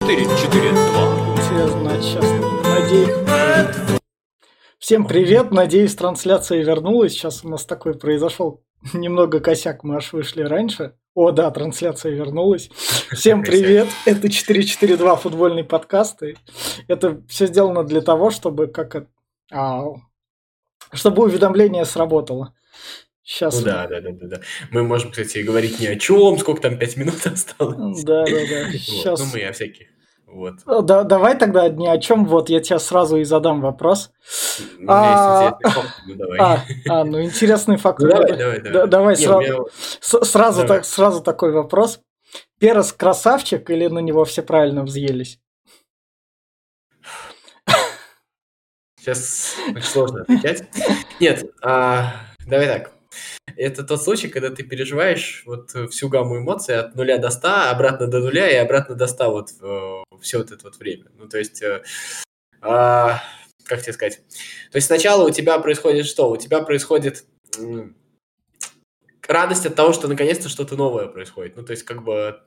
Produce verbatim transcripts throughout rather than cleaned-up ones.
четыре четыре два. Интересно, сейчас надеюсь. Всем привет, надеюсь, трансляция вернулась. Сейчас у нас такой произошел немного косяк, мы аж вышли раньше. О, да, трансляция вернулась. Всем привет, это четыре четыре два футбольный подкаст. И это все сделано для того, чтобы как а, чтобы уведомление сработало. Сейчас. Ну да, да, да, да, да. Мы можем, кстати, говорить ни о чем, сколько там, пять минут осталось. Да, да, да. Сейчас. Вот. Ну, мы о всяких. Вот. Да, давай тогда ни о чем. Вот я тебе сразу и задам вопрос. У меня есть интересный факт, ну давай. А, а, ну интересный факт. Ну, давай, давай, давай. Давай Не, сразу, меня... с- сразу, давай. Так, сразу такой вопрос. Перес красавчик или на него все правильно взъелись? Сейчас очень сложно отвечать. Нет, а, давай так. Это тот случай, когда ты переживаешь вот всю гамму эмоций от нуля до ста, обратно до нуля и обратно до ста вот э, все вот это вот время. Ну, то есть, э, э, как тебе сказать? То есть сначала у тебя происходит что? У тебя происходит э, радость от того, что наконец-то что-то новое происходит. Ну, то есть, как бы,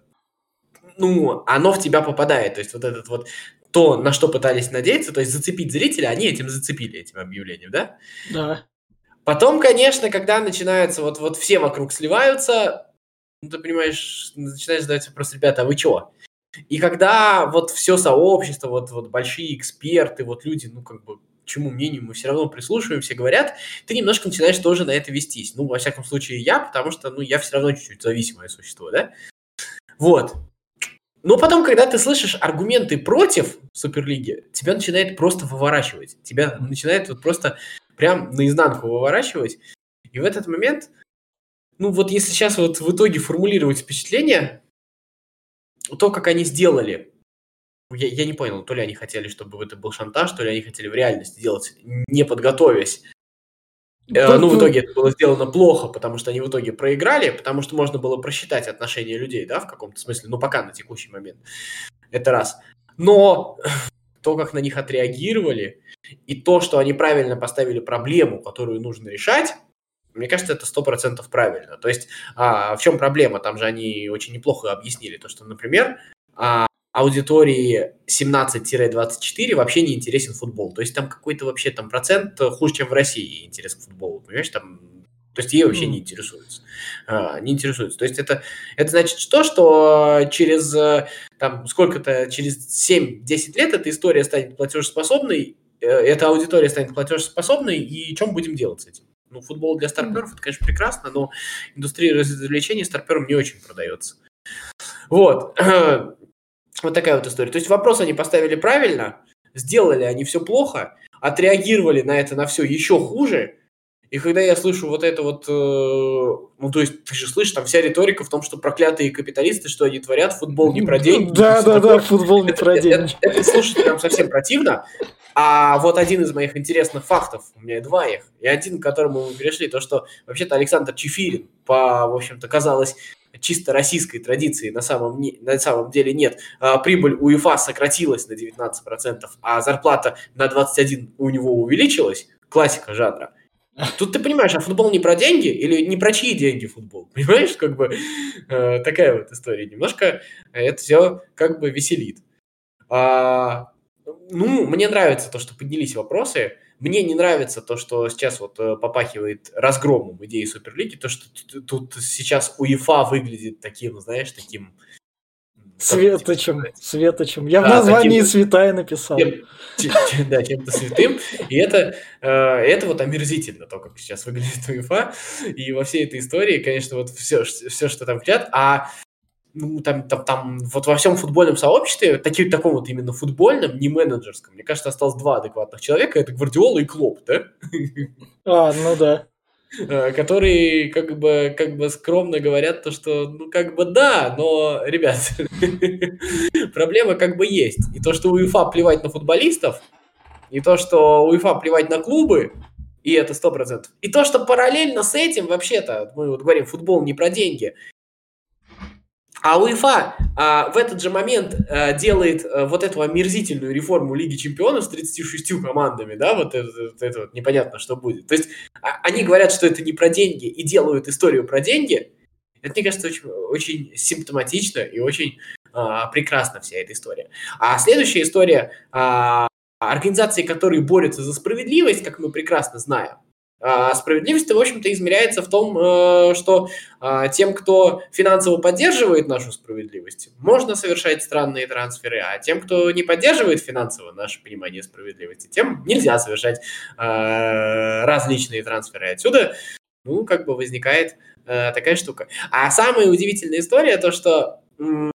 ну, оно в тебя попадает. То есть, вот этот вот то, на что пытались надеяться, то есть зацепить зрителя, они этим зацепили, этим объявлением, да? Да. Потом, конечно, когда начинается, вот, вот все вокруг сливаются, ну, ты понимаешь, начинаешь задать вопрос, ребята, а вы чего? И когда вот все сообщество, вот, вот большие эксперты, вот люди, ну, как бы, чему мнению мы все равно прислушиваемся, говорят, ты немножко начинаешь тоже на это вестись. Ну, во всяком случае, я, потому что, ну, я все равно чуть-чуть зависимое существо, да? Вот. Но потом, когда ты слышишь аргументы против Суперлиги, тебя начинает просто выворачивать. Тебя начинает вот просто прям наизнанку выворачивать. И в этот момент, ну вот если сейчас вот в итоге формулировать впечатление, то, как они сделали, я, я не понял, то ли они хотели, чтобы это был шантаж, то ли они хотели в реальности делать, не подготовясь. Э, ну, в итоге это было сделано плохо, потому что они в итоге проиграли, потому что можно было просчитать отношения людей, да, в каком-то смысле, ну, пока на текущий момент. Это раз. Но то, как на них отреагировали, и то, что они правильно поставили проблему, которую нужно решать, мне кажется, это сто процентов правильно. То есть а, в чем проблема? Там же они очень неплохо объяснили, то, что, например, а, аудитории семнадцать-двадцать четыре вообще не интересен футбол. То есть там какой-то вообще там процент хуже, чем в России интерес к футболу. Понимаешь, там... То есть ей вообще не интересуется. А, не интересуется. То есть это, это значит что? Что через там, сколько-то, через семь-десять лет эта история станет платежеспособной, эта аудитория станет платежеспособной, и что мы будем делать с этим? Ну, футбол для старперов, это, конечно, прекрасно, но индустрия развлечений старперам не очень продается. Вот. Вот такая вот история. То есть вопрос они поставили правильно, сделали они все плохо, отреагировали на это на все еще хуже. И когда я слышу вот это вот, э, ну, то есть ты же слышишь, там вся риторика в том, что проклятые капиталисты, что они творят, футбол не про деньги. Да, да, да, футбол не про деньги. Это, это слушать прям совсем противно. А вот один из моих интересных фактов, у меня два их, и один, к которому мы перешли, то, что вообще-то Александр Чефирин, по, в общем-то, казалось, чисто российской традиции на самом, не, на самом деле нет. А, прибыль УЕФА сократилась на девятнадцать процентов, а зарплата на двадцать один процент у него увеличилась. Классика жанра. Тут ты понимаешь, а футбол не про деньги или не про чьи деньги футбол? Понимаешь, как бы э, такая вот история. Немножко это все как бы веселит. А, ну, мне нравится то, что поднялись вопросы. Мне не нравится то, что сейчас вот попахивает разгромом идеи Суперлиги, то, что тут сейчас УЕФА выглядит таким, знаешь, таким... Светочем, светочем. Я да, в названии таким, святая написал. Чем, чем, да, чем-то святым. И это, э, это вот омерзительно, то, как сейчас выглядит УЕФА. И во всей этой истории, конечно, вот все, все что там хотят. А ну, там, там, там вот во всем футбольном сообществе, таки, таком вот именно футбольном, не менеджерском, мне кажется, осталось два адекватных человека. Это Гвардиола и Клоп, да? А, ну да. Которые как бы, как бы скромно говорят то, что ну как бы да, но, ребят, проблема как бы есть. И то, что УЕФА плевать на футболистов, и то, что УЕФА плевать на клубы, и это сто процентов. И то, что параллельно с этим, вообще-то, мы вот говорим, футбол не про деньги, а УЕФА а, в этот же момент а, делает а, вот эту омерзительную реформу Лиги Чемпионов с тридцатью шестью командами, да, вот это, это, это вот непонятно, что будет. То есть а, они говорят, что это не про деньги и делают историю про деньги. Это, мне кажется, очень, очень симптоматично и очень а, прекрасна вся эта история. А следующая история, а, организации, которые борются за справедливость, как мы прекрасно знаем, а, справедливость, в общем-то, измеряется в том, э, что а, тем, кто финансово поддерживает нашу справедливость, можно совершать странные трансферы, а тем, кто не поддерживает финансово наше понимание справедливости, тем нельзя совершать а, различные трансферы. Отсюда, ну, как бы возникает а, такая штука. А самая удивительная история, то, что м-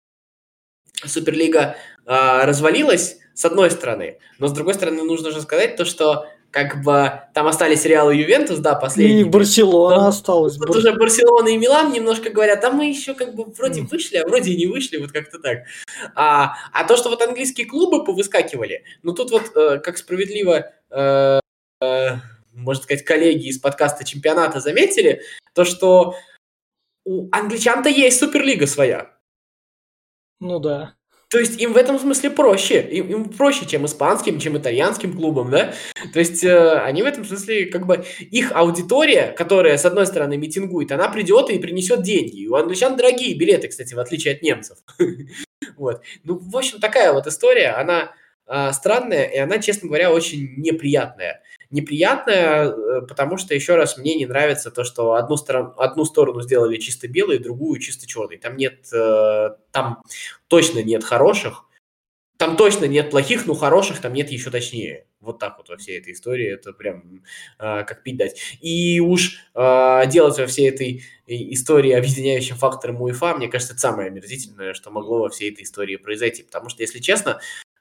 Суперлига а, развалилась, с одной стороны, но с другой стороны нужно же сказать то, что как бы там остались Реал и Ювентус, да, последними. И Барселона Но осталась. тут Бар- уже Барселона и Милан немножко говорят, а мы еще как бы вроде М. вышли, а вроде и не вышли, вот как-то так. А, а то, что вот английские клубы повыскакивали, ну тут вот, э, как справедливо, э, э, можно сказать, коллеги из подкаста «Чемпионата» заметили, то, что у англичан-то есть Суперлига своя. Ну да. То есть им в этом смысле проще. Им, им проще, чем испанским, чем итальянским клубам, да? То есть э, они в этом смысле, как бы, их аудитория, которая, с одной стороны, митингует, она придет и принесет деньги. И у англичан дорогие билеты, кстати, в отличие от немцев. Вот. Ну, в общем, такая вот история, она э, странная, и она, честно говоря, очень неприятная. Неприятная, э, потому что, еще раз, мне не нравится то, что одну, сторон, одну сторону сделали чисто белой, другую чисто черной. Там нет, э, там точно нет хороших, там точно нет плохих, но хороших там нет еще точнее. Вот так вот во всей этой истории, это прям э, как пить дать. И уж э, делать во всей этой истории объединяющим фактором УЕФА, мне кажется, это самое омерзительное, что могло во всей этой истории произойти. Потому что, если честно,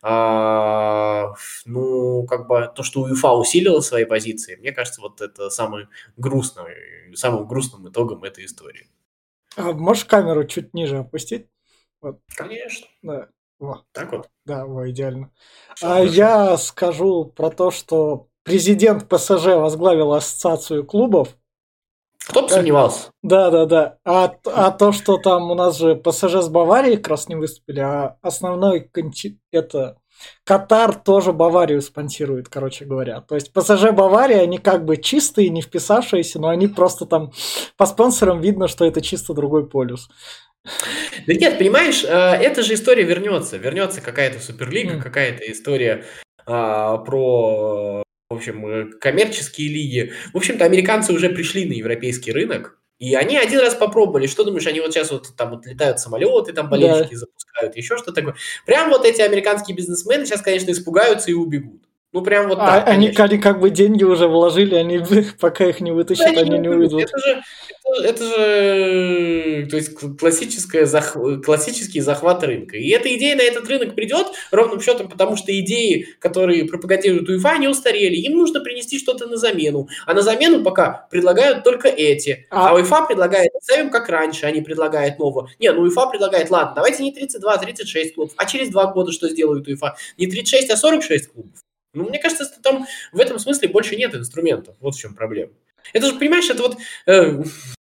э, ну, как бы то, что УЕФА усилила свои позиции, мне кажется, вот это самый грустный, самым грустным итогом этой истории. А можешь камеру чуть ниже опустить? Вот. Конечно. Да. Во. Так вот. Да, во, идеально. Всё А хорошо. я скажу про то, что президент ПСЖ возглавил ассоциацию клубов. Кто бы сомневался? Да, да, да. А, а то, что там у нас же ПСЖ с Баварией как раз не выступили, а основной конти... это Катар тоже Баварию спонсирует, короче говоря. То есть ПСЖ Бавария, они как бы чистые, не вписавшиеся, но они просто там по спонсорам видно, что это чисто другой полюс. Да нет, понимаешь, э, эта же история вернется. Вернется какая-то Суперлига, М. какая-то история а, про, в общем, э, коммерческие лиги. В общем-то, американцы уже пришли на европейский рынок, и они один раз попробовали. Что думаешь, они вот сейчас вот там вот летают самолеты, там болельщики Да. запускают, еще что-то такое. Прям вот эти американские бизнесмены сейчас, конечно, испугаются и убегут. Ну, прям вот А так, они, конечно. они как бы деньги уже вложили, они пока их не вытащат, Они они не не уйдут. уйдут. Это же, это, это же, то есть классическая зах, классический захват рынка. И эта идея на этот рынок придет ровным счетом, потому что идеи, которые пропагандируют УЕФА, они устарели. Им нужно принести что-то на замену. А на замену пока предлагают только эти. А, а УЕФА предлагает, оставим как раньше, они предлагают нового. Не, ну УЕФА предлагает, ладно, давайте не тридцать два, а тридцать шесть клубов. А через два года что сделают УЕФА? Не тридцать шесть, а сорок шесть клубов. Ну, мне кажется, что там в этом смысле больше нет инструментов. Вот в чем проблема. Это же, понимаешь, это вот... Э,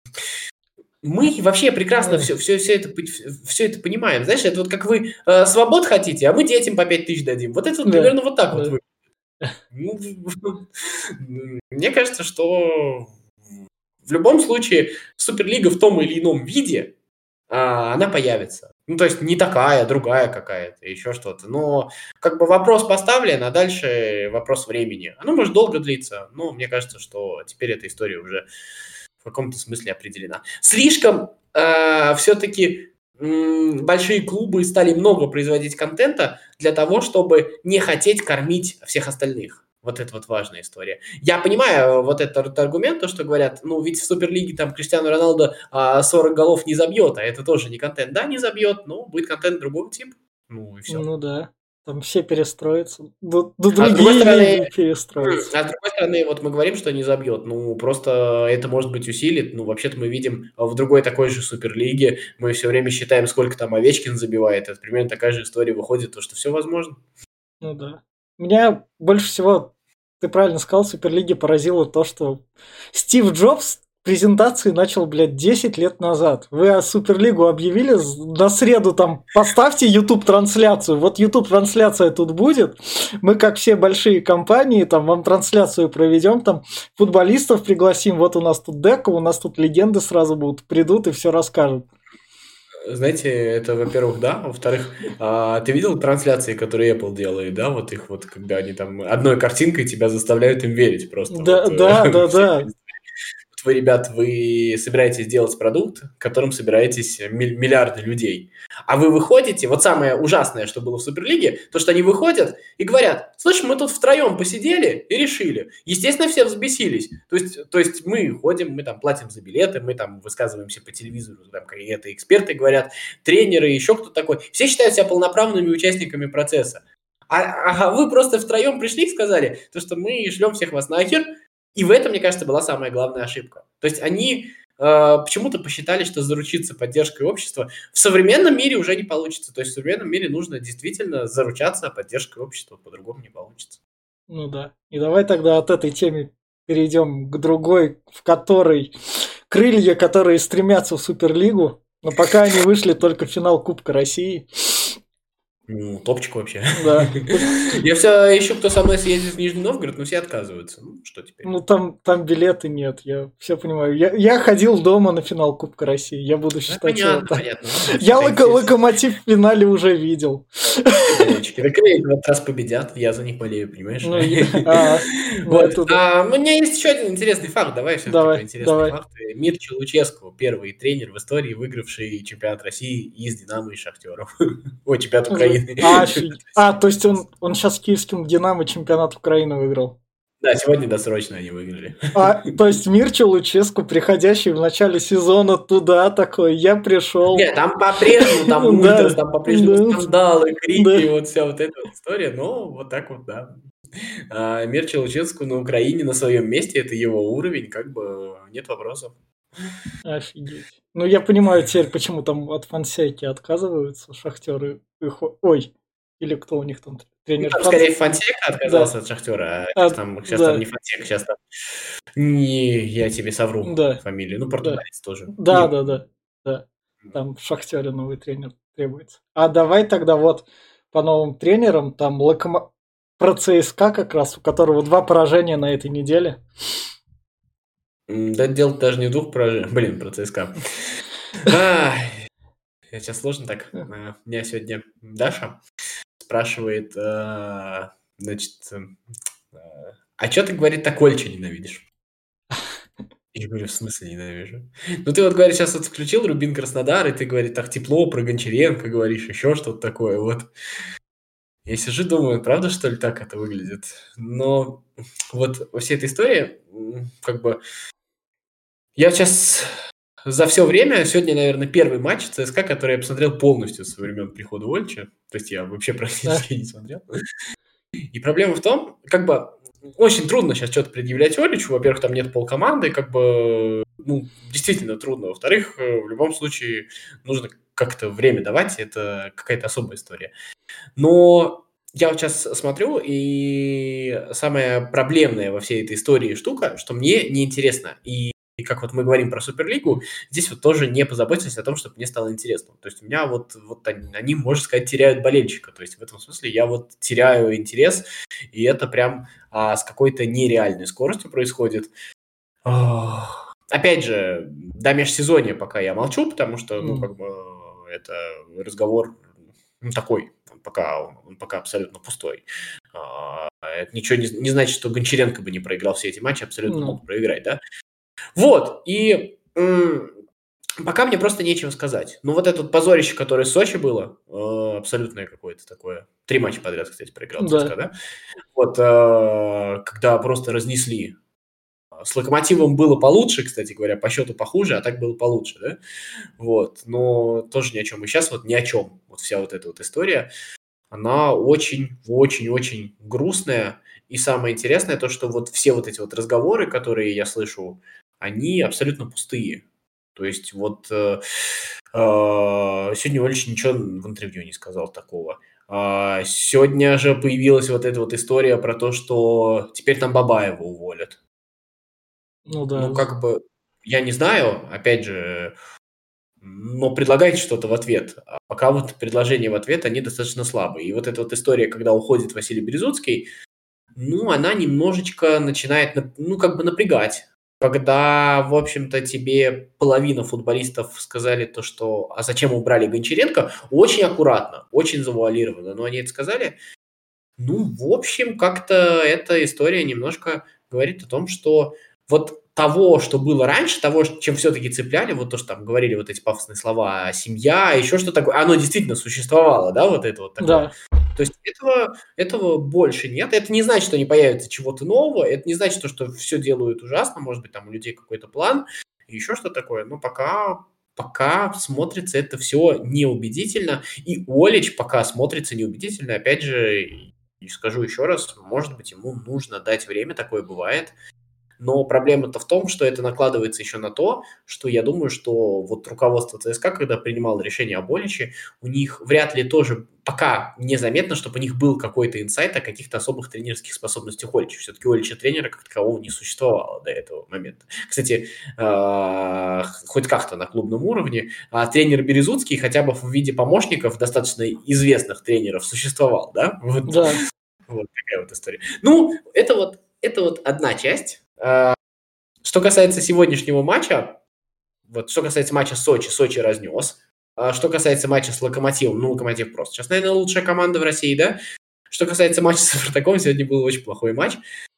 мы вообще прекрасно все, все, все, это, все это понимаем. Знаешь, это вот как вы э, свобод хотите, а мы детям по пять тысяч дадим. Вот это вот, Да, примерно вот так да. вот выглядит. Мне кажется, что в любом случае Суперлига в том или ином виде, а, она появится. Ну, то есть не такая, другая какая-то, еще что-то. Но как бы вопрос поставлен, а дальше вопрос времени. Оно может долго длиться, но мне кажется, что теперь эта история уже в каком-то смысле определена. Слишком э, все-таки м, большие клубы стали много производить контента для того, чтобы не хотеть кормить всех остальных. Вот это вот важная история. Я понимаю вот этот аргумент, то, что говорят, ну, ведь в Суперлиге там Криштиану Роналдо а, сорок голов не забьет, а это тоже не контент. Да, не забьет, но будет контент другого типа. Ну, и все. Ну да. Там все перестроятся. Да, да А с другой другие стороны, лиги перестроятся. а с другой стороны, вот мы говорим, что не забьет. Ну, просто это, может быть, усилит. Ну, вообще-то мы видим в другой такой же Суперлиге, мы все время считаем, сколько там Овечкин забивает. Это примерно такая же история выходит, то, что все возможно. Ну да. Меня больше всего, ты правильно сказал, Суперлиги поразило то, что Стив Джобс презентации начал, блядь, десять лет назад. Вы Суперлигу объявили, на среду там поставьте YouTube-трансляцию. Вот YouTube-трансляция тут будет. Мы, как все большие компании, там вам трансляцию проведем, там футболистов пригласим. Вот у нас тут дека, у нас тут легенды сразу будут, придут и все расскажут. Знаете, это, во-первых, да. Во-вторых, а, ты видел трансляции, которые Apple делает, да? Вот их вот, когда они там одной картинкой тебя заставляют им верить просто. Да, Вот да, э, да, все да. вот вы, ребят, вы собираетесь делать продукт, которым собираетесь миль- миллиарды людей. А вы выходите, вот самое ужасное, что было в Суперлиге, то, что они выходят и говорят: слышь, мы тут втроем посидели и решили. Естественно, все взбесились. То есть, то есть мы ходим, мы там платим за билеты, мы там высказываемся по телевизору, там какие-то эксперты говорят, тренеры, еще кто-то такой. Все считают себя полноправными участниками процесса. А, а вы просто втроем пришли и сказали, то, что мы шлем всех вас нахер, и в этом, мне кажется, была самая главная ошибка. То есть они э, почему-то посчитали, что заручиться поддержкой общества в современном мире уже не получится. То есть в современном мире нужно действительно заручаться поддержкой общества, по-другому не получится. Ну да. И давай тогда от этой темы перейдем к другой, в которой крылья, которые стремятся в Суперлигу, но пока они вышли только в финал Кубка России. Ну, топчик вообще. Да. Я все ищу, кто со мной съездит в Нижний Новгород, но все отказываются. Ну, что теперь? Ну там, там билеты нет, я все понимаю. Я, я ходил дома на финал Кубка России, я буду Да, считать понятно, его так. понятно. Я Все- локо- все- локомотив в финале уже видел. болельщики. Так и в этот раз победят, я за них болею, понимаешь? Ну, я- а, ну Вот. это да. А, у меня есть еще один интересный факт. Давай все-таки про Давай, интересные давай. факты. Мирча Луческу, первый тренер в истории, выигравший чемпионат России из Динамо и Шахтера. Ой, чемпионат Украины. А, офиг- а, то есть он, он сейчас киевским Динамо чемпионат Украины выиграл. Да, сегодня досрочно они выиграли. А, то есть Мирча Луческу, приходящий в начале сезона туда такой, я пришел. Нет, там по-прежнему, там Да, ультрас, там по-прежнему да, скандалы, крики, да. вот вся вот эта вот история. Но вот так вот, да. А, Мирча Луческу на Украине на своем месте, это его уровень, как бы нет вопросов. Офигеть. Ну, я понимаю теперь, почему там от Фонсеки отказываются шахтеры. Их- Ой, или кто у них там Ну, тренер? там Фон- скорее Фонсека Да, отказался от Шахтера, а а, сейчас там, сейчас там не да, Фонсека, сейчас там не, я тебе совру да, фамилию, ну, да, португалец тоже. да, Не, да, да, да. Там в Шахтере новый тренер требуется. А давай тогда вот по новым тренерам, там Локомо... про ЦСКА как раз, у которого два поражения на этой неделе. м, да, дело даже не в двух поражениях, блин, про ЦСКА. Ай, я сейчас сложно так. А, Меня сегодня Даша спрашивает, а, значит, э, а что ты, говорит, так Ольча ненавидишь? Я говорю, в смысле ненавижу? Ну, ты вот, говоришь, сейчас вот включил Рубин Краснодар, и ты, говорит, так тепло про Гончаренко говоришь, еще что-то такое, вот. Я сижу, думаю, правда, что ли, так это выглядит? Но вот во всей этой истории, м, как бы, я сейчас за все время, сегодня, наверное, первый матч ЦСКА, который я посмотрел полностью со времен прихода Ольча, то есть я вообще Да. практически не смотрел. И проблема в том, как бы, очень трудно сейчас что-то предъявлять Оличу. Во-первых, там нет полкоманды, как бы, ну, действительно трудно. Во-вторых, э, в любом случае нужно как-то время давать, это какая-то особая история. Но я вот сейчас смотрю, и самая проблемная во всей этой истории штука, что мне неинтересно. И, и как вот мы говорим про Суперлигу, здесь вот тоже не позаботились о том, чтобы мне стало интересно. То есть у меня вот, вот они, они, можно сказать, теряют болельщика. То есть в этом смысле я вот теряю интерес, и это прям а, с какой-то нереальной скоростью происходит. Ах. Опять же, до межсезонья пока я молчу, потому что, ну, М. как бы, это разговор ну, такой, пока он пока абсолютно пустой. А, Это ничего не, не значит, что Гончаренко бы не проиграл все эти матчи, абсолютно Ну, мог проиграть, да? Вот, и м, пока мне просто нечего сказать. Ну, вот это вот позорище, которое в Сочи было, э, абсолютное какое-то такое. Три матча подряд, кстати, проиграл ЦСКА, да. да? Вот, э, когда просто разнесли. С Локомотивом было получше, кстати говоря, по счету похуже, а так было получше, да? Вот, но тоже ни о чем. И сейчас вот ни о чем. Вот вся вот эта вот история, она очень-очень-очень грустная. И самое интересное то, что вот все вот эти вот разговоры, которые я слышу, они абсолютно пустые. То есть вот э, э, сегодня Ольч ничего в интервью не сказал такого. А, Сегодня же появилась вот эта вот история про то, что теперь там Бабаева уволят. Ну да. Ну, как бы, я не знаю, опять же, но предлагайте что-то в ответ. А пока вот предложения в ответ, они достаточно слабые. И вот эта вот история, когда уходит Василий Березуцкий, ну, она немножечко начинает, нап- ну, как бы напрягать. когда, в общем-то, тебе половина футболистов сказали то, что «а зачем убрали Гончаренко?» Очень аккуратно, очень завуалированно, но они это сказали. Ну, в общем, как-то эта история немножко говорит о том, что вот того, что было раньше, того, чем все-таки цепляли, вот то, что там говорили вот эти пафосные слова «семья», еще что такое, оно действительно существовало, да, вот это вот такое. Да. То есть этого, этого больше нет. Это не значит, что не появится чего-то нового, это не значит, что все делают ужасно, может быть, там у людей какой-то план, и еще что такое, но пока... Пока смотрится это все неубедительно, и Олич пока смотрится неубедительно, опять же, и скажу еще раз, может быть, ему нужно дать время, такое бывает. Но проблема-то в том, что это накладывается еще на то, что я думаю, что вот руководство ЦСКА, когда принимало решение об Оличе, у них вряд ли тоже пока незаметно, чтобы у них был какой-то инсайт о каких-то особых тренерских способностях Олича. Все-таки Олича тренера как такового не существовало до этого момента. Кстати, э, хоть как-то на клубном уровне, а тренер Березуцкий хотя бы в виде помощников достаточно известных тренеров существовал, да? Вот, Да. вот такая вот история. Ну, это вот, это вот одна часть. Что касается сегодняшнего матча, вот что касается матча с Сочи, Сочи разнес. Что касается матча с Локомотивом, ну, Локомотив просто сейчас, наверное, лучшая команда в России, да? Что касается матча с Спартаком, сегодня был очень плохой матч,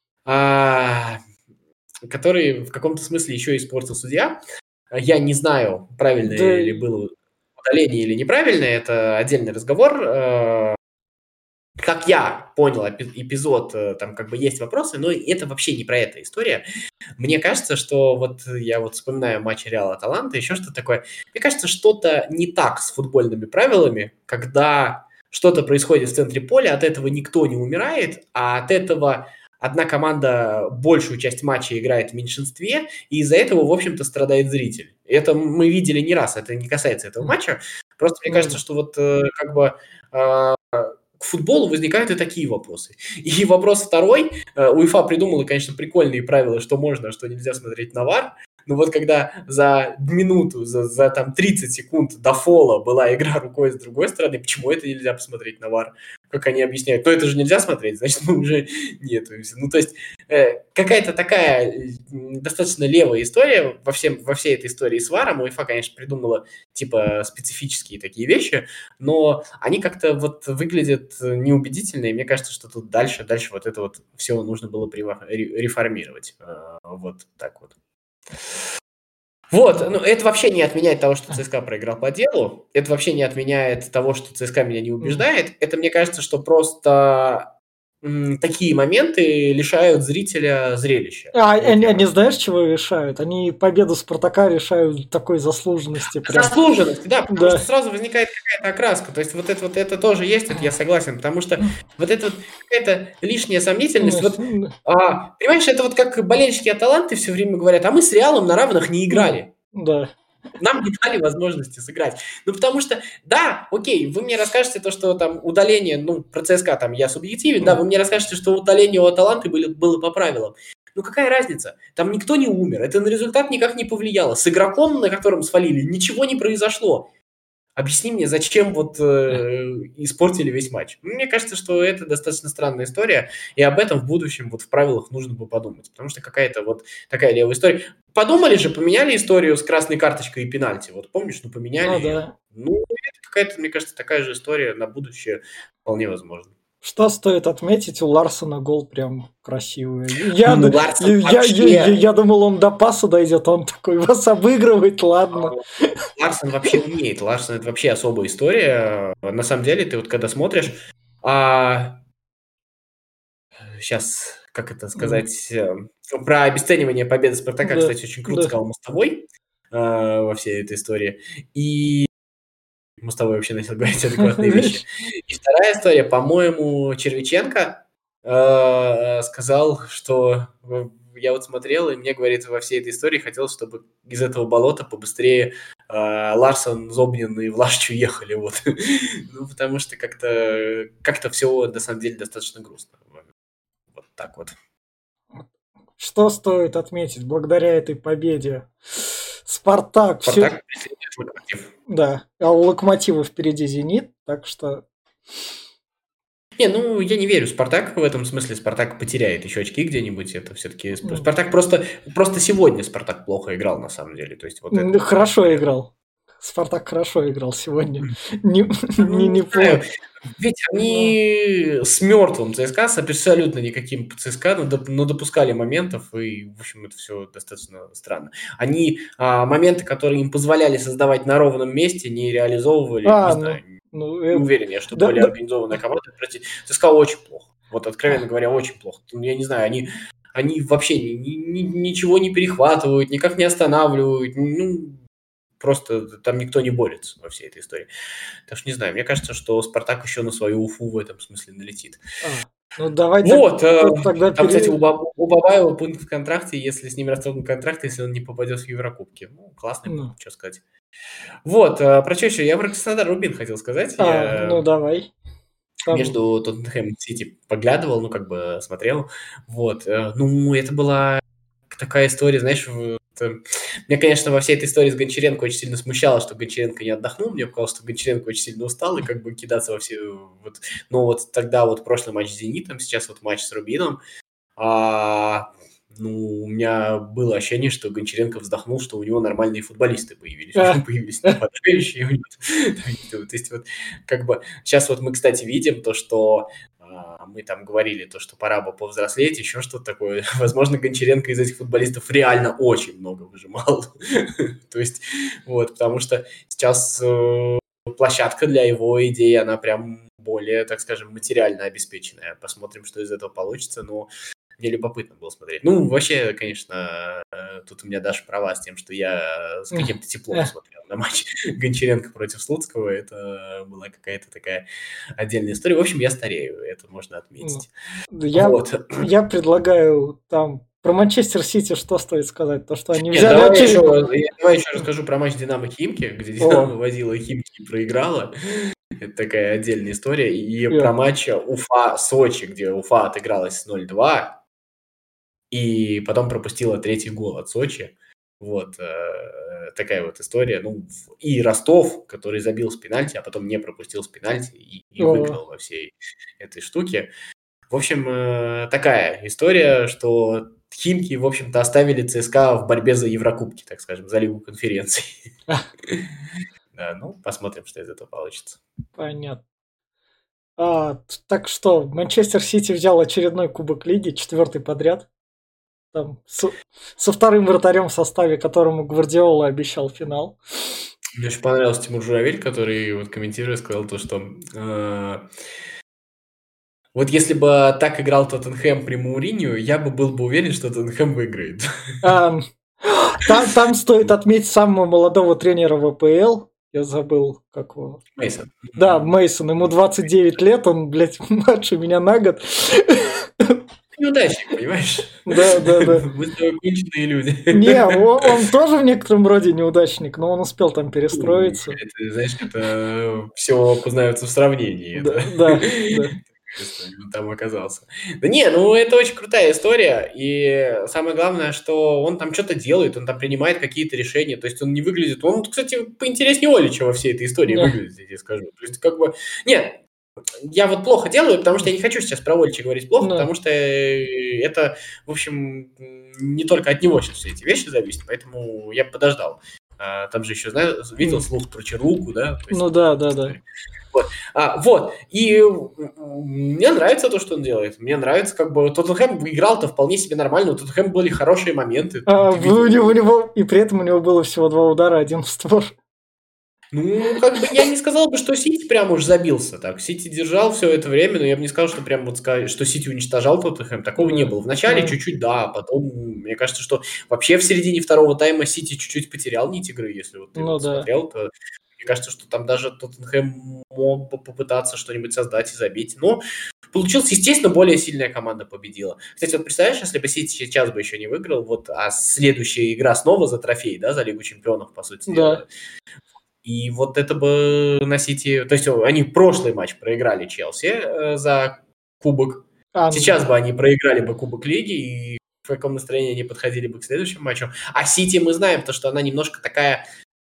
который в каком-то смысле еще испортил судья. Я не знаю, правильно Да. ли было удаление или неправильно, это отдельный разговор. Как я понял эпизод, там как бы есть вопросы, но это вообще не про эту история. Мне кажется, что вот я вот вспоминаю матч Реала-Аталанта, еще что-то такое. Мне кажется, что-то не так с футбольными правилами, когда что-то происходит в центре поля, от этого никто не умирает, а от этого одна команда большую часть матча играет в меньшинстве, и из-за этого, в общем-то, страдает зритель. Это мы видели не раз, это не касается этого матча. Просто мне кажется, что вот как бы... к футболу возникают и такие вопросы. И вопрос второй. УЕФА придумала, конечно, прикольные правила, что можно, а что нельзя смотреть на ВАР. Но вот когда за минуту, за, за там тридцать секунд до фола была игра рукой с другой стороны, почему это нельзя посмотреть на ВАР? Как они объясняют? Ну, это же нельзя смотреть, значит, мы уже нет. Ну, то есть э, какая-то такая достаточно левая история во, всем, во всей этой истории с ВАРом. УЕФА, конечно, придумала типа специфические такие вещи, но они как-то вот выглядят неубедительно, и мне кажется, что тут дальше, дальше вот это вот все нужно было реформировать. Вот так вот. Вот, ну это вообще не отменяет того, что ЦСКА проиграл по делу, это вообще не отменяет того, что ЦСКА меня не убеждает, это мне кажется, что просто м, такие моменты лишают зрителя зрелища. А вот они, они знаешь, чего решают? Они победу Спартака решают такой заслуженности. Прям. Заслуженности, да, потому да. что сразу возникает какая-то окраска, то есть вот это вот это тоже есть, это я согласен, потому что вот это вот какая-то лишняя сомнительность, вот, а, понимаешь, это вот как болельщики Аталанты все время говорят, а мы с Реалом на равных не играли. Да. Нам не дали возможности сыграть. Ну, потому что, да, окей, вы мне расскажете то, что там удаление, ну, про ЦСКА там я субъективен, да, вы мне расскажете, что удаление у Аталанты было, было по правилам. Ну, какая разница? Там никто не умер, это на результат никак не повлияло. С игроком, на котором свалили, ничего не произошло. Объясни мне, зачем вот э, испортили весь матч? Мне кажется, что это достаточно странная история, и об этом в будущем вот в правилах нужно бы подумать, потому что какая-то вот такая левая история. Подумали же, поменяли историю с красной карточкой и пенальти, вот помнишь, ну поменяли. Ну, да. Ну, это какая-то, мне кажется, такая же история на будущее вполне возможно. Что стоит отметить, у Ларсона гол прям красивый. Я, ну, я, я, я, я думал, он до паса дойдет, он такой вас обыгрывает, ладно. Ларсон вообще умеет, Ларсон это вообще особая история. На самом деле, ты вот когда смотришь, а... сейчас, как это сказать, mm. про обесценивание победы Спартака, да, кстати, очень круто да. сказал Мостовой э, во всей этой истории. И Мостовой вообще начал говорить адекватные вещи. И вторая история, по-моему, Червиченко э, сказал, что я вот смотрел, и мне, говорит, во всей этой истории хотелось, чтобы из этого болота побыстрее э, Ларсон, Зобнин и Влашич уехали. Вот. ну, потому что как-то, как-то все, на самом деле, достаточно грустно. Вот так вот. Что стоит отметить благодаря этой победе? Спартак. Спартак все... Локомотив. Да, а у Локомотива впереди Зенит, так что... Не, ну, я не верю. Спартак в этом смысле, Спартак потеряет еще очки где-нибудь. Это все-таки... М. Спартак просто... Просто сегодня Спартак плохо играл, на самом деле. То есть вот это М, вот Хорошо конкретно. играл. Спартак хорошо играл сегодня. Не, Да, ну, не, не не знаю. плохо. Ведь Но, они с мертвым ЦСКА, с абсолютно никаким ЦСКА, но, доп- но допускали моментов, и, в общем, это все достаточно странно. Они а, моменты, которые им позволяли создавать на ровном месте, не реализовывали, не а, знаю, ну, ну, не э, уверен я, что да, более да, организованная команда. Прости, ЦСКА очень плохо. Вот, откровенно а, говоря, очень плохо. Ну, я не знаю, они, они вообще ни- ни- ни- ничего не перехватывают, никак не останавливают, ну, просто там никто не борется во всей этой истории. Так что не знаю, мне кажется, что Спартак еще на свою Уфу в этом смысле налетит. а. Ну, давай так, Вот, э, тогда там, кстати, у, пере... Ба- у Бабаева пункт в контракте, если с ним расторгнут контракт, если он не попадет в Еврокубки. Ну, классный Ну, пункт, что сказать. Вот, э, про что еще? Я про Краснодар Рубин хотел сказать. а, ну, Я давай. Там, между Тоттенхэм и Сити поглядывал, ну, как бы смотрел. Вот, э, ну, это была такая история, знаешь, в- это- меня, конечно, во всей этой истории с Гончаренко очень сильно смущало, что Гончаренко не отдохнул. Мне показалось, что Гончаренко очень сильно устал, и как бы кидаться во все... Вот, но вот тогда вот прошлый матч с «Зенитом», сейчас вот матч с «Рубином», а, ну, у меня было ощущение, что Гончаренко вздохнул, что у него нормальные футболисты появились. У него а, появились нападающие. у него- То есть вот как бы сейчас вот мы, кстати, видим то, что а, мы там говорили, то, что пора бы повзрослеть, еще что-то такое. Возможно, Гончаренко из этих футболистов реально очень много выжимал. То есть вот, потому что сейчас э, площадка для его идей, она прям более, так скажем, материально обеспеченная. Посмотрим, что из этого получится, но мне любопытно было смотреть. Ну, вообще, конечно, э, тут у меня Даша права с тем, что я с каким-то теплом а, смотрел на матч Гончаренко против Слуцкого. Это была какая-то такая отдельная история. В общем, я старею, это можно ну. отметить. Я, Вот. я предлагаю там про Манчестер Сити что стоит сказать? То, что они Нет, взяли давай еще, очередь. я- давай еще расскажу про матч Динамо Химки, где Динамо О, возила Химки и проиграла. Это такая отдельная история. И про я. матч Уфа-Сочи, где Уфа отыгралась с ноль два, и потом пропустила третий гол от Сочи. Вот э, такая вот история. Ну, в- и Ростов, который забил с пенальти, а потом не пропустил с пенальти и, и О, выиграл во всей этой штуке. В общем, э, такая история, что Химки, в общем-то, оставили ЦСКА в борьбе за Еврокубки, так скажем, за Лигу конференций. а, Да, ну, посмотрим, что из этого получится. понятно. А, т- так что, Манчестер Сити взял очередной кубок лиги, четвертый подряд. Там, со, со вторым вратарем в составе, которому Гвардиола обещал финал. Мне очень понравился Тимур Журавель, который, вот комментируя, сказал то, что э, вот если бы так играл Тоттенхэм при Мауриньо, я бы был бы уверен, что Тоттенхэм выиграет. А, там, там стоит отметить самого молодого тренера в АПЛ. Я забыл, как его. Мейсон. Да, Мейсон. Ему двадцать девять лет, он, блядь, младше меня на год. Неудачник, понимаешь? Да, да, да. Мы с тобой конченые люди. Не, о- он тоже в некотором роде неудачник, но он успел там Ну, перестроиться. это, знаешь, это все познается в сравнении. Да, Это да, да. такая история, он там оказался. Да не, ну это очень крутая история. И самое главное, что он там что-то делает, он там принимает какие-то решения. То есть он не выглядит... Он, кстати, поинтереснее Олича во всей этой истории Не, выглядит, я тебе скажу. То есть как бы... Нет, я вот плохо делаю, потому что я не хочу сейчас про Олича говорить плохо, не. потому что э, это, в общем, не только от него сейчас все эти вещи зависят, поэтому я бы подождал. А, там же еще, знаю, видел М. слух про Черлуку, да? То есть Ну вот эта да, вот да, да. история. Вот. А, вот. И м, мне нравится то, что он делает. Мне нравится, как бы Тоттенхэм играл-то вполне себе нормально. У Тоттенхэма были хорошие моменты. А, Ты в- у видел. него, у него- и при этом у него было всего два удара, один в створ. Ну, как бы я не сказал бы, что Сити прям уж забился так. Сити держал все это время, но я бы не сказал, что прям вот сказать, что Сити уничтожал Тоттенхэм. Такого не Да, было. Вначале да. чуть-чуть, да, а потом, мне кажется, что вообще в середине второго тайма Сити чуть-чуть потерял нить игры, если вот ты Ну вот да. смотрел, то мне кажется, что там даже Тоттенхэм мог бы попытаться что-нибудь создать и забить. Но получилось, естественно, более сильная команда победила. Кстати, вот представляешь, если бы Сити сейчас бы еще не выиграл, вот, а следующая игра снова за трофей, да, за Лигу чемпионов, по сути Да. дела, и вот это бы на Сити... То есть они прошлый матч проиграли Челси э, за кубок. А, ну, Сейчас бы они проиграли бы Кубок Лиги, и в каком настроении они подходили бы к следующему матчу. А Сити мы знаем, то, что она немножко такая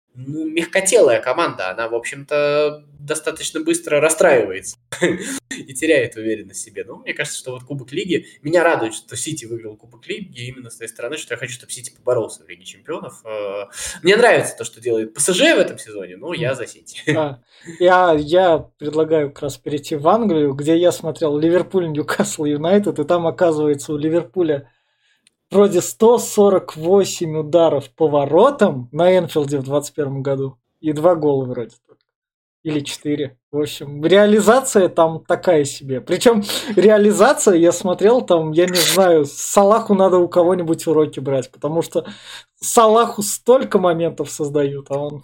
ну, мягкотелая команда. Она, в общем-то, достаточно быстро расстраивается и теряет уверенность в себе. Ну, мне кажется, что вот Кубок Лиги... Меня радует, что Сити выиграл Кубок Лиги именно с той стороны, что я хочу, чтобы Сити поборолся в Лиге Чемпионов. Мне нравится то, что делает ПСЖ в этом сезоне, но я за Сити. А, я, я предлагаю как раз перейти в Англию, где я смотрел Ливерпуль, Ньюкасл Юнайтед, и там, оказывается, у Ливерпуля вроде сто сорок восемь ударов по воротам на Энфилде в двадцать первом году. И два гола вроде. Или четыре. В общем, реализация там такая себе. Причем реализация, я смотрел, там, я не знаю, Салаху надо у кого-нибудь уроки брать, потому что Салаху столько моментов создают, а он,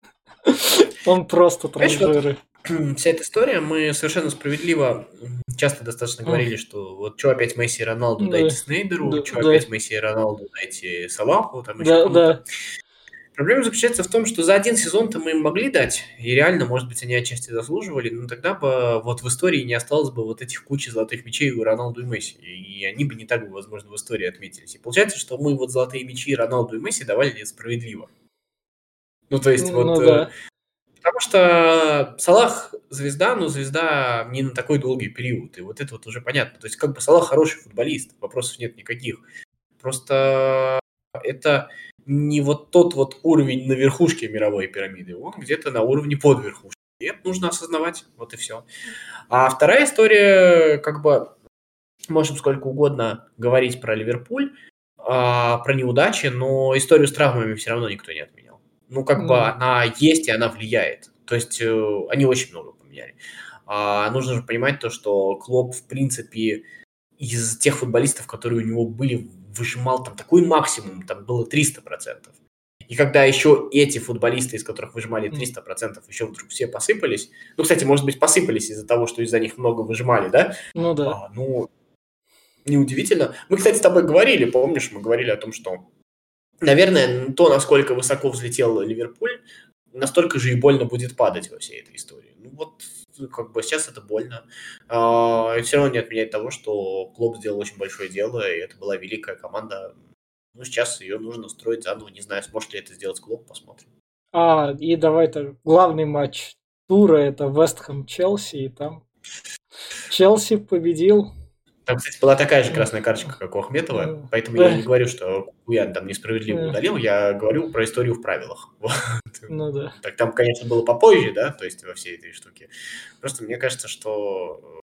он просто транжиры. Вся эта история, мы совершенно справедливо часто достаточно говорили, что вот что опять Месси и Роналду, Да, дайте Снейдеру, да, что да. опять Месси и Роналду, дайте Салаху, там еще Да, кому-то. да. Проблема заключается в том, что за один сезон-то мы им могли дать, и реально, может быть, они отчасти заслуживали, но тогда бы вот в истории не осталось бы вот этих кучи золотых мячей у Роналду и Месси, и они бы не так бы, возможно, в истории отметились. И получается, что мы вот золотые мячи Роналду и Месси давали справедливо. Ну, то есть Ну вот... да. Потому что Салах звезда, но звезда не на такой долгий период. И вот это вот уже понятно. То есть как бы Салах хороший футболист, вопросов нет никаких. Просто это не вот тот вот уровень на верхушке мировой пирамиды. Он где-то на уровне под верхушкой. И это нужно осознавать. Вот и все. А вторая история, как бы, можем сколько угодно говорить про Ливерпуль, про неудачи, но историю с травмами все равно никто не отменял. Ну, как бы она есть, и она влияет. То есть э, они очень много поменяли. А нужно же понимать то, что Клоп, в принципе, из тех футболистов, которые у него были, выжимал там такой максимум, там было триста процентов. И когда еще эти футболисты, из которых выжимали триста процентов, еще вдруг все посыпались, ну, кстати, может быть, посыпались из-за того, что из-за них много выжимали, да? Ну да. А, ну, неудивительно. Мы, кстати, с тобой говорили, помнишь, мы говорили о том, что наверное, то, насколько высоко взлетел Ливерпуль, настолько же и больно будет падать во всей этой истории. Ну вот, как бы сейчас это больно. А, и все равно не отменяет того, что Клоп сделал очень большое дело, и это была великая команда. Ну, сейчас ее нужно строить заново. Не знаю, сможет ли это сделать Клоп, посмотрим. А, и давай-то главный матч тура — это Вест Хэм Челси, и там Челси победил. Там, кстати, была такая же красная карточка, как у Ахметова, поэтому я не говорю, что Куян там несправедливо удалил, я говорю про историю в правилах. Вот. Ну да. Так там, конечно, было попозже, да, то есть во всей этой штуке. Просто мне кажется, что...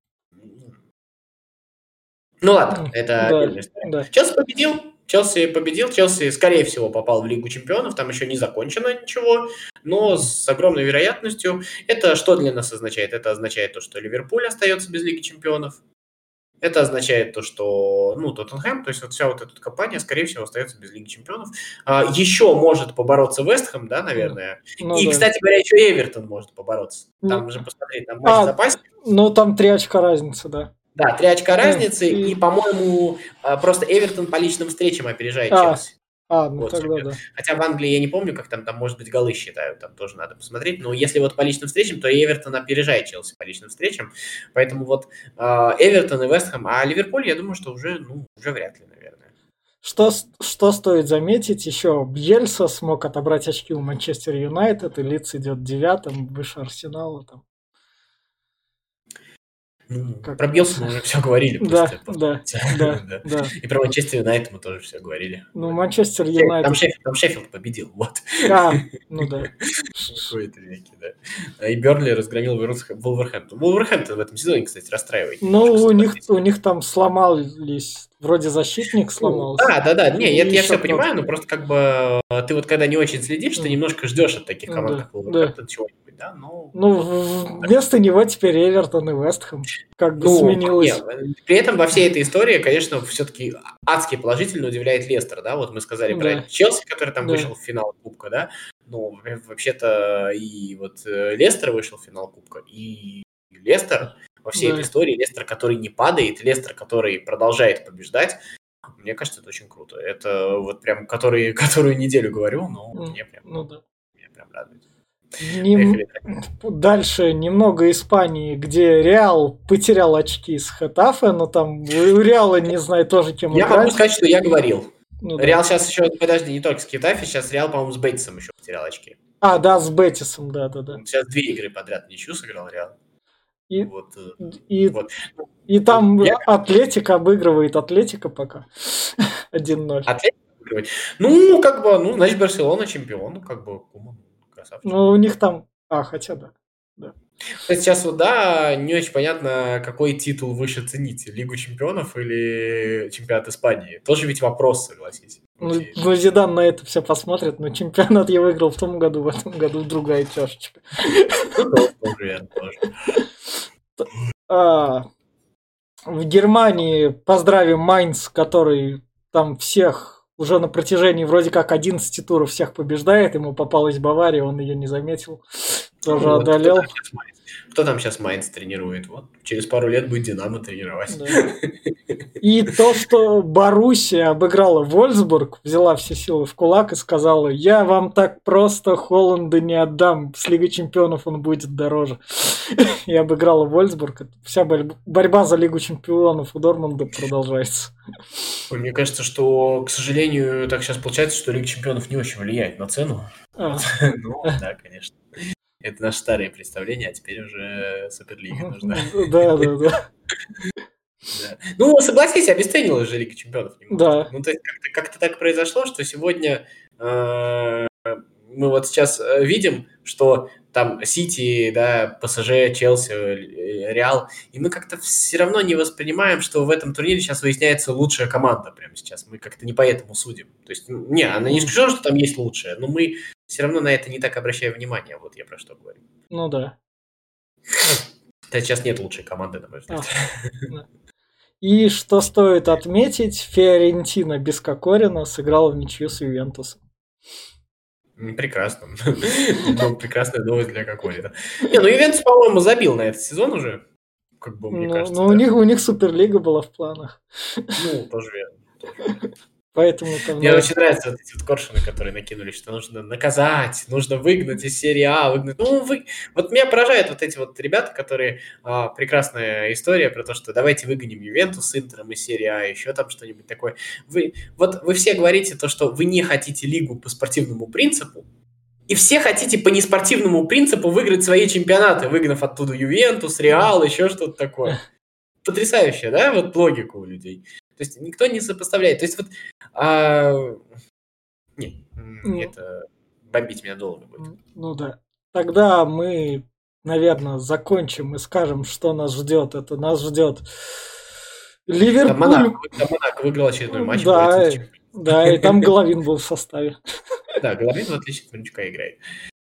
Ну ладно, это Да, отдельная история. да. Челси победил, Челси победил, Челси, скорее всего, попал в Лигу Чемпионов, там еще не закончено ничего, но с огромной вероятностью. Это что для нас означает? Это означает то, что Ливерпуль остается без Лиги Чемпионов. Это означает то, что, ну, Тоттенхэм, то есть вот вся вот эта компания, скорее всего, остается без Лиги Чемпионов. А, еще может побороться Вест Хэм, да, наверное. Ну, и, да. кстати говоря, еще Эвертон может побороться. Там Ну, же, посмотреть, там матч а, в запасе. Ну, там три очка разницы, да. Да, три очка разницы, и... и, по-моему, просто Эвертон по личным встречам опережает а, Челси. А, ну вот, тогда да. Хотя в Англии я не помню, как там, там, может быть, голы считают, там тоже надо посмотреть. Но если вот по личным встречам, то Эвертон опережает Челси по личным встречам. Поэтому вот э, Эвертон и Вест Хэм. А Ливерпуль, я думаю, что уже, ну, уже вряд ли, наверное. Что, что стоит заметить, еще Бьельса смог отобрать очки у Манчестер Юнайтед, и Лидс идет девятым, выше Арсенала там. Ну, как... Про Бьелса мы уже все говорили. Да, после, да, да, да, да. И про Манчестер Юнайтед мы тоже все говорили. Ну, Манчестер Юнайтед... Там Шеффилд, там Шеффилд победил, вот. А, ну да. В какой-то веке, да. И Бернли разгромил Вулверхэмптон. Вулверхэмптон в этом сезоне, кстати, расстраивает. Ну, у них, у них там сломались, вроде защитник сломался. Да, да, да. Не, я, я все понимаю, но просто как бы ты вот когда не очень следишь, ты немножко ждешь от таких команд, как Вулверхэмптон, чего-нибудь. Да, но... Ну, вместо него теперь Эвертон и Вест Хэм как бы ну, сменилось. Нет, при этом во всей этой истории, конечно, все-таки адски положительно удивляет Лестер, да, вот мы сказали да. про Челси, который там да. вышел в финал Кубка, да, ну, вообще-то и вот Лестер вышел в финал Кубка, и Лестер во всей да. этой истории, Лестер, который не падает, Лестер, который продолжает побеждать, мне кажется, это очень круто. Это вот прям, который, которую неделю говорю, но ну, мне прям, ну, да. мне прям радует. Нем... Дальше немного Испании, где Реал потерял очки с Хетафе, но там у Реала, не знаю, тоже кем я играть. могу сказать, что я говорил. Ну, да. Реал сейчас еще, подожди, не только с Китафи, сейчас Реал, по-моему, с Бетисом еще потерял очки. А, да, с Бетисом, да-да-да. Сейчас две игры подряд ничью сыграл Реал. И, вот, и, вот. и там Я... Атлетика обыгрывает Атлетика пока один ноль. Атлетика обыгрывает? Ну, как бы, ну, значит, Барселона чемпион, как бы, красавчик. Ну, у них там... А, хотя да. да. Кстати, сейчас вот, да, не очень понятно, какой титул выше ценить, Лигу чемпионов или чемпионат Испании. Тоже ведь вопрос, согласись. Ну, ну, Зидан на это все посмотрит, но чемпионат я выиграл в том году, в этом году другая чашечка. Ну, тоже верно, тоже. А, в Германии поздравим Майнц, который там всех уже на протяжении вроде как одиннадцати туров всех побеждает. Ему попалась Бавария, он ее не заметил. Тоже ну, одолел. Вот, кто там сейчас Майнц тренирует? Вот через пару лет будет Динамо тренировать. Да. И то, что Боруссия обыграла Вольфсбург, взяла все силы в кулак и сказала: я вам так просто Холланда не отдам, с Лигой Чемпионов он будет дороже. И обыграла Вольфсбург. Вся борьба за Лигу Чемпионов у Дортмунда продолжается. Мне кажется, что, к сожалению, так сейчас получается, что Лига Чемпионов не очень влияет на цену. А. Ну, да, конечно. Это наши старые представления, а теперь уже Суперлига нужна. Да, да, да. Да. Ну, согласись, обесценилась же Лига Чемпионов немного. Да. Ну, то есть как-то, как-то так произошло, что сегодня э, мы вот сейчас видим, что там Сити, да, ПСЖ, Челси, Реал, и мы как-то все равно не воспринимаем, что в этом турнире сейчас выясняется лучшая команда прямо сейчас. Мы как-то не поэтому судим. То есть, не, она не исключена, что там есть лучшая, но мы все равно на это не так обращаем внимание. Вот я про что говорю. Ну да. Да, сейчас нет лучшей команды, на мой взгляд. А, да. И что стоит отметить, Фиорентина без Кокорина сыграла в ничью с Ювентусом. Прекрасно. Прекрасная новость для Кокорина. Не, ну Ювентус, по-моему, забил на этот сезон уже. Как бы, мне кажется. Ну, у них у них Суперлига была в планах. Ну, тоже верно. Поэтому там... Мне очень нравятся вот эти вот коршуны, которые накинули, что нужно наказать, нужно выгнать из серии А, выгнать. Ну, вы... Вот меня поражают вот эти вот ребята, которые... А, прекрасная история про то, что давайте выгоним Ювентус с Интером из серии А, еще там что-нибудь такое. Вы... Вот вы все говорите то, что вы не хотите лигу по спортивному принципу, и все хотите по неспортивному принципу выиграть свои чемпионаты, выгнав оттуда Ювентус, Реал, еще что-то такое. Потрясающе, да, вот логику у людей. То есть никто не сопоставляет. То есть вот... А... Нет, ну, это бомбить меня долго будет. Ну да. Тогда мы, наверное, закончим и скажем, что нас ждет. Это нас ждет Ливерпуль. Там Монако, там Монако выиграл очередной матч. Да, да, и там Головин был в составе. Да, Головин в отличие от Франчука играет.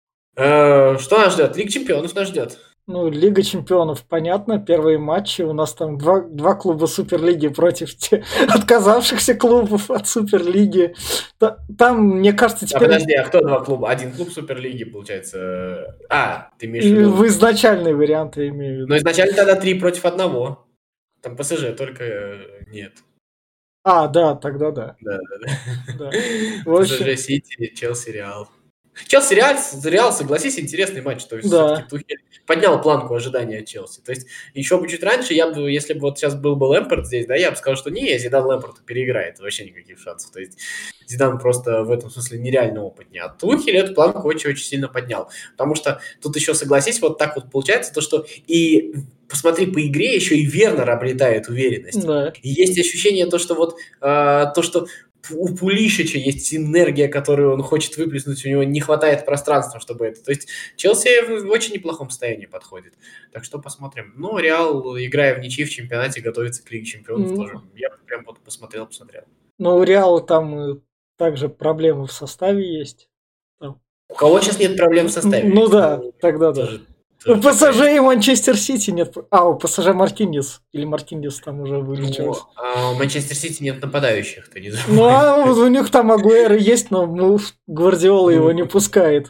Что нас ждет? Лига чемпионов нас ждет. Ну, Лига чемпионов, понятно, первые матчи. У нас там два, два клуба Суперлиги против те, отказавшихся клубов от Суперлиги. Там, мне кажется, теперь... А подожди, а кто два клуба? Один клуб Суперлиги, получается... А, ты имеешь в виду... В изначальный вариант я имею в виду. Но изначально тогда три против одного. Там ПСЖ, только нет. А, да, тогда да. Да, да, да. ПСЖ, Сити, Челси, Реал. Челси, Реал, Реал, согласись, интересный матч. То есть да. все-таки Тухель поднял планку ожидания от Челси. То есть еще бы чуть раньше, я бы, если бы вот сейчас был бы Лэмпорт здесь, да, я бы сказал, что не, Зидан Лэмпорта переиграет, вообще никаких шансов. То есть Зидан просто в этом смысле нереально опытнее. А Тухель эту планку очень-очень сильно поднял. Потому что тут еще, согласись, вот так вот получается, то, что и посмотри, по игре еще и Вернер обретает уверенность. Да. И есть ощущение то, что вот а, то, что у Пулишича есть энергия, которую он хочет выплеснуть, у него не хватает пространства, чтобы это. То есть Челси в очень неплохом состоянии подходит. Так что посмотрим. Ну, Реал, играя в ничьи в чемпионате, готовится к Лиге чемпионов mm. тоже. Я прям вот посмотрел, посмотрел. Ну, у Реала там также проблемы в составе есть. Там. У кого сейчас нет проблем в составе? Ну да, ну, тогда да. Тоже... У ПСЖ и Манчестер Сити нет. А, у ПСЖ Мартинес. Или Мартинес там уже вылечился. Ну, а у Манчестер Сити нет нападающих, ты не забывай. Ну, а у них там Агуэро есть, но ну, Гвардиола его не пускает.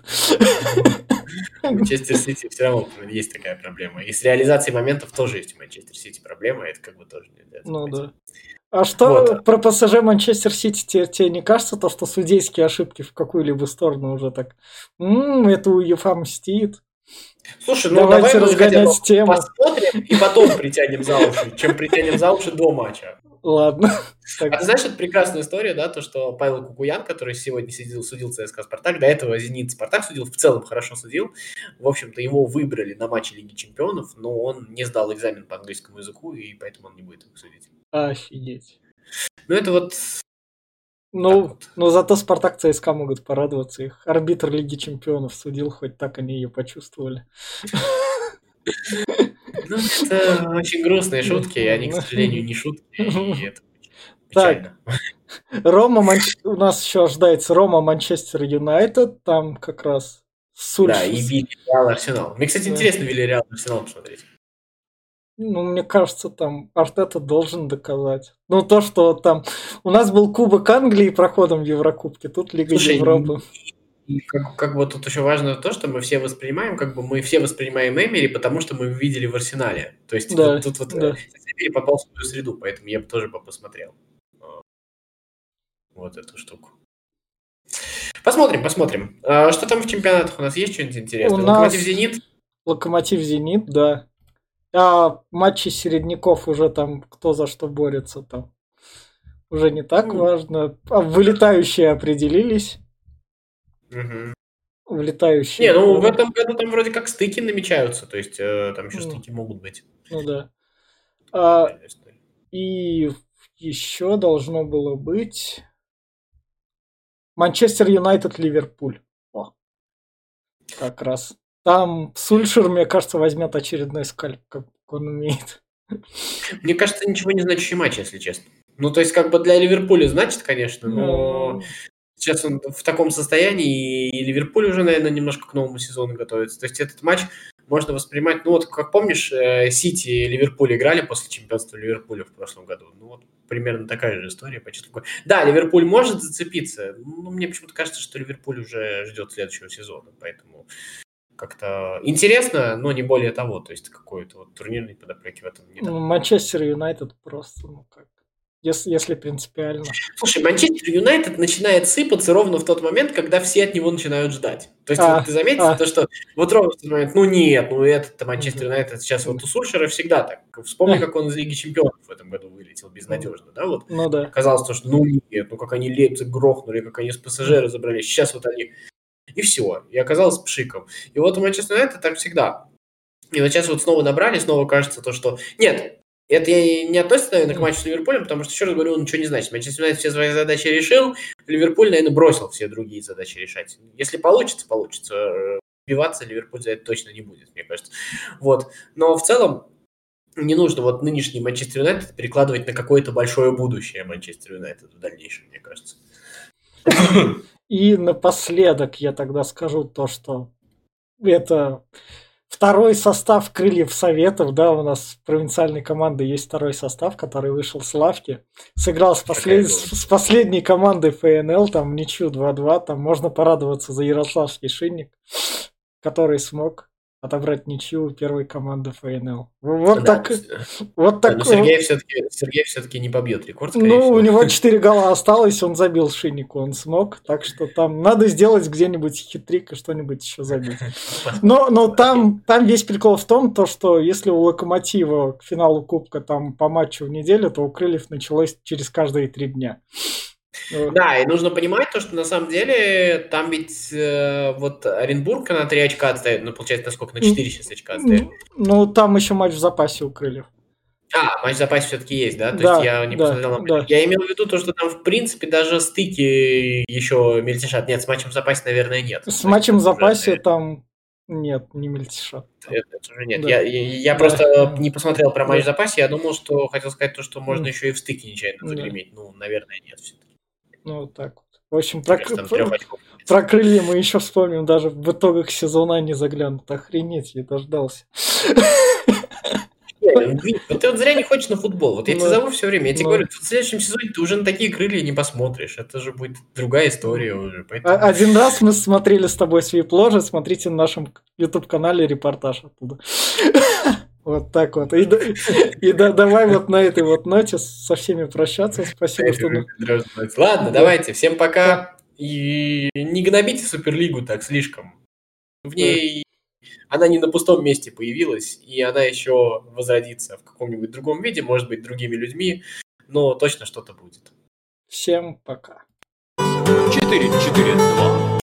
Манчестер Сити все равно есть такая проблема. И с реализацией моментов тоже есть у Манчестер Сити проблема. Это как бы тоже нельзя забыть. Ну да. А что вот. Про ПСЖ Манчестер Сити тебе, тебе не кажется, то, что судейские ошибки в какую-либо сторону уже так? М-м, это УЕФА мстит. Слушай, ну давайте давай разгонять тему. Посмотрим и потом притянем за уши, чем притянем за уши до матча. Ладно. А Так, ты знаешь, это прекрасная история, да, то, что Павел Кукуян, который сегодня сидел, судил ЦСКА Спартак, до этого Зенит Спартак судил, в целом хорошо судил. В общем-то, его выбрали на матче Лиги Чемпионов, но он не сдал экзамен по английскому языку, и поэтому он не будет их судить. офигеть. Ну, это вот так Ну, вот. но зато Спартак ЦСКА могут порадоваться. Их арбитр Лиги Чемпионов судил, хоть так они ее почувствовали. Ну, это очень грустные шутки, и они, к сожалению, не шутки, и это очень Так, печально. Рома, Манч- у нас еще ожидается Рома, Манчестер Юнайтед, там как раз Да, Сульш... и Вильяреал, Арсенал. Мне, кстати, Да. интересно Вильяреал, Арсенал посмотреть. Ну, мне кажется, там Артета должен доказать. Ну, то, что там... У нас был Кубок Англии проходом в Еврокубке, тут Лига Слушай, Европы. и как, как бы тут еще важно то, что мы все воспринимаем, как бы мы все воспринимаем Эмери, потому что мы видели в Арсенале. То есть Да, вот тут вот да. Эмери попал в свою среду, поэтому я бы тоже бы посмотрел а, вот эту штуку. Посмотрим, посмотрим. А, что там в чемпионатах у нас есть что-нибудь У интересное? нас Локомотив Зенит? Локомотив Зенит, да. А матчи середняков уже там кто за что борется там. Уже не так Ну, важно. А вылетающие определились. мгм. Вылетающие. Не, ну в Ну, этом году там вроде как стыки намечаются, то есть э, там еще ну, стыки могут быть. ну да. А, Нормальная история. и еще должно было быть Манчестер Юнайтед Ливерпуль. О, как раз. Там Сульшер, мне кажется, возьмет очередной скальп, как он умеет. Мне кажется, ничего не значащий матч, если честно. Ну, то есть, как бы для Ливерпуля значит, конечно, но Ну, сейчас он в таком состоянии, и Ливерпуль уже, наверное, немножко к новому сезону готовится. То есть этот матч можно воспринимать, ну вот, как помнишь, э, Сити и Ливерпуль играли после чемпионства Ливерпуля в прошлом году. Ну вот примерно такая же история. Почти такой. Да, Ливерпуль может зацепиться, но мне почему-то кажется, что Ливерпуль уже ждет следующего сезона, поэтому как-то интересно, но не более того. То есть какой-то вот турнирной подоплеки в этом не ну, наблюдаю. Манчестер Юнайтед просто, ну как. Если, если принципиально. Слушай, Манчестер Юнайтед начинает сыпаться ровно в тот момент, когда все от него начинают ждать. То есть вот А, ты заметил, а, то, что вот ровно в тот момент, ну нет, ну этот Манчестер мгм, Юнайтед сейчас вот мгм. у Сульшера всегда так. Вспомни, Э, как он из Лиги Чемпионов в этом году вылетел м, безнадежно, да, вот. Ну да. Казалось, то, что ну нет, ну как они Лейпциг грохнули, как они с ПСЖ М, разобрались, сейчас вот они... И все, и оказалось пшиком. И вот у Манчестер Юнайтед так всегда. И вот сейчас вот снова набрали, снова кажется то, что... Нет, это я не относится, наверное, к м. матчу с Ливерпулем, потому что, еще раз говорю, он ничего не значит. Манчестер Юнайтед все свои задачи решил, Ливерпуль, наверное, бросил все другие задачи решать. Если получится, получится. Э, Убиваться Ливерпуль за это точно не будет, мне кажется. Вот. Но в целом не нужно вот нынешний Манчестер Юнайтед перекладывать на какое-то большое будущее Манчестер Юнайтед в дальнейшем, мне кажется. И напоследок я тогда скажу то, что это второй состав Крыльев Советов, да, у нас в провинциальной команды есть второй состав, который вышел с лавки, сыграл с, Какая послед... было. с последней командой ФНЛ, там ничью два-два, там можно порадоваться за Ярославский Шинник, который смог отобрать ничью у первой команды ФНЛ. Вот Да, так, вот да, но так, Сергей все-таки Сергей все-таки не побьет рекорд, скорее ну, у всего. него четыре гола осталось, он забил Шиннику, он смог, так что там надо сделать где-нибудь хитрик и что-нибудь еще забить. Но, но там, там весь прикол в том, то, что если у Локомотива к финалу Кубка там по матчу в неделю, то у Крыльев началось через каждые три дня. Да, и нужно понимать то, что на самом деле там ведь э, вот Оренбург на три очка отстает, ну, получается, на сколько? На четыре сейчас очка отстает. Ну, там еще матч в запасе у Крыльев. А, матч в запасе все-таки есть, да? То есть Да, я не да, посмотрел на матч. да. Я имел в виду то, что там, в принципе, даже стыки еще мельтешат. Нет, с матчем в запасе, наверное, нет. С То есть матчем в это уже, запасе там нет, не мельтешат. Там. это, это уже нет. Да, Я, я, я да, просто не посмотрел про матч в да. запасе, я думал, что хотел сказать то, что можно М, еще и в стыке нечаянно да. загреметь. Ну, наверное, нет все-таки. Ну, вот так вот. В общем, Мне про, кажется, там трех про, очков. про Крылья мы еще вспомним, даже в итогах сезона они заглянут. Охренеть, я дождался. Не, вот ты вот зря не хочешь на футбол. Вот я тебе Ну, зову все время, я тебе ну. говорю, в следующем сезоне ты уже на такие крылья не посмотришь. Это же будет другая история уже. А- Поэтому Один раз мы смотрели с тобой Свип Ложи, смотрите на нашем YouTube-канале репортаж оттуда. Вот так вот. И, да- и да- давай вот на этой вот ноте со всеми прощаться. Спасибо, что... ну, ладно, да, давайте, всем да, пока. И не гнобите Суперлигу так слишком. В да. ней она не на пустом месте появилась, и она еще возродится в каком-нибудь другом виде, может быть, другими людьми. но точно что-то будет. Всем пока. четыре четыре два